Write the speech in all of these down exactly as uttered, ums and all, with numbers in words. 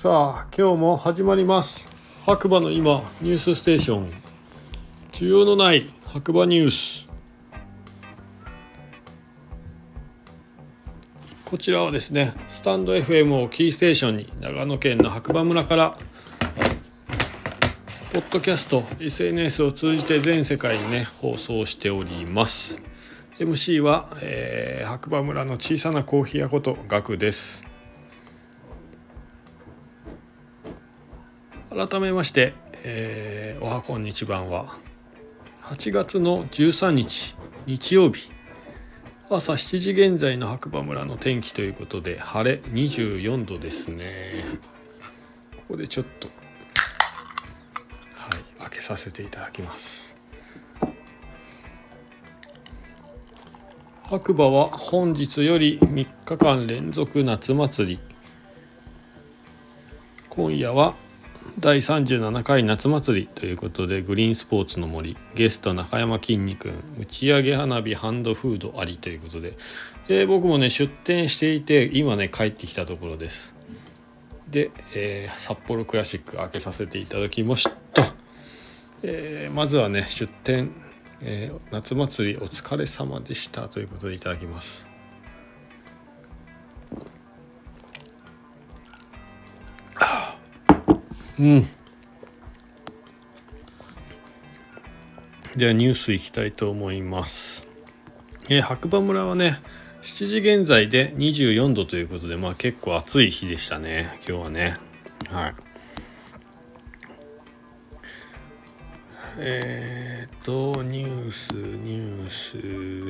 さあ今日も始まります。白馬の今ニュースステーション、需要のない白馬ニュース。こちらはですね、スタンド エフエム をキーステーションに長野県の白馬村からポッドキャスト エスエヌエス を通じて全世界にね放送しております。 エムシー は、えー、白馬村の小さなコーヒー屋ことガクです。改めまして、えー、おはこんにちばんははちがつのじゅうさんにち日曜日朝しちじ現在の白馬村の天気ということで、晴れにじゅうよんどですね。ここでちょっとはい開けさせていただきます。白馬は本日よりみっかかん連続夏祭り。今夜はだいさんじゅうななかい夏祭りということで、グリーンスポーツの森、ゲスト中山きんに君、打ち上げ花火ハンドフードありということで、えー、僕もね出店していて今ね帰ってきたところです。で、えー、札幌クラシック開けさせていただきました。えー、まずはね出店、えー、夏祭りお疲れ様でしたということでいただきます。うん。ではニュースいきたいと思います。えー、白馬村はねしちじ現在でにじゅうよんどということで、まあ結構暑い日でしたね今日はね。はい。えー、っとニュースニュース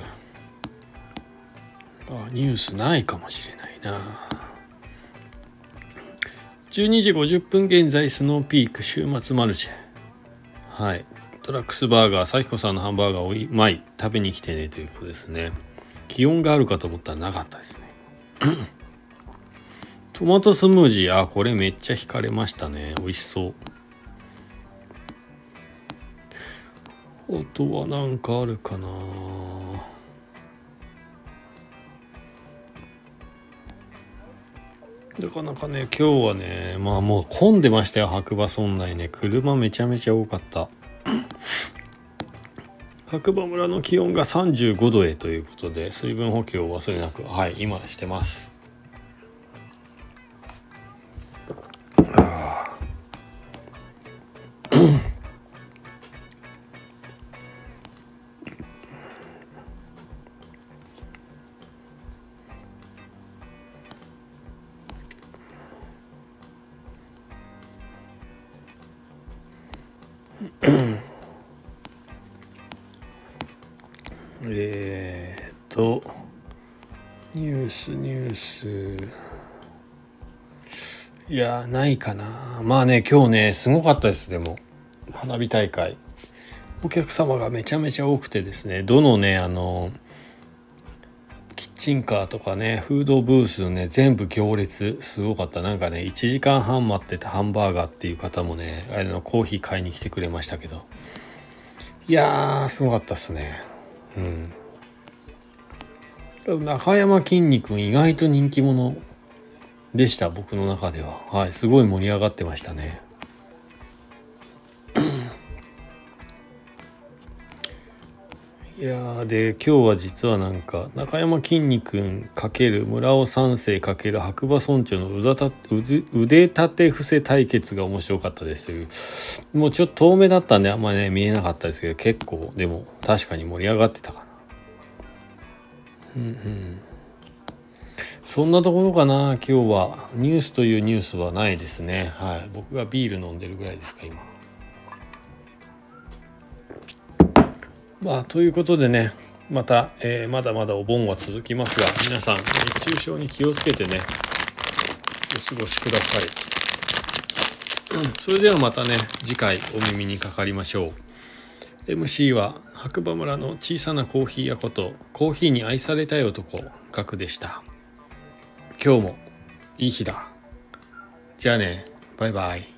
あニュースないかもしれないな。じゅうにじごじゅっぷん現在スノーピーク週末マルシェ。はい。トラックスバーガー、さきこさんのハンバーガーおいまい、食べに来てねということですね。気温があるかと思ったらなかったですね。トマトスムージー、あこれめっちゃ惹かれましたね。美味しそう。あとはなんかあるかな。なかなかね今日はねまあもう混んでましたよ。白馬村内ね車めちゃめちゃ多かった。白馬村の気温がさんじゅうごどへということで、水分補給を忘れなくはい今してます。えーっとニュースニュースいやないかな。まあね今日ねすごかったです。でも花火大会お客様がめちゃめちゃ多くてですね、どのねあのキッチンカーとかねフードブースね全部行列すごかった。なんかねいちじかんはん待っててハンバーガーっていう方もねあのコーヒー買いに来てくれましたけど、いやーすごかったっすね。うん中山きんに君意外と人気者でした僕の中では。はいすごい盛り上がってましたね。いやで今日は実はなんか中山きんに君×村尾三世×白馬村長の腕立て伏せ対決が面白かったです。もうちょっと遠目だったんであんまりね見えなかったですけど、結構でも確かに盛り上がってたかな。うんうん、そんなところかな。今日はニュースというニュースはないですね。はい、僕がビール飲んでるぐらいですか今。まあということでねまた、えー、まだまだお盆は続きますが、皆さん熱中症に気をつけてねお過ごしください。それではまたね次回お耳にかかりましょう。 エムシー は白馬村の小さなコーヒー屋ことコーヒーに愛されたい男ガクでした。今日もいい日だ。じゃあねバイバイ。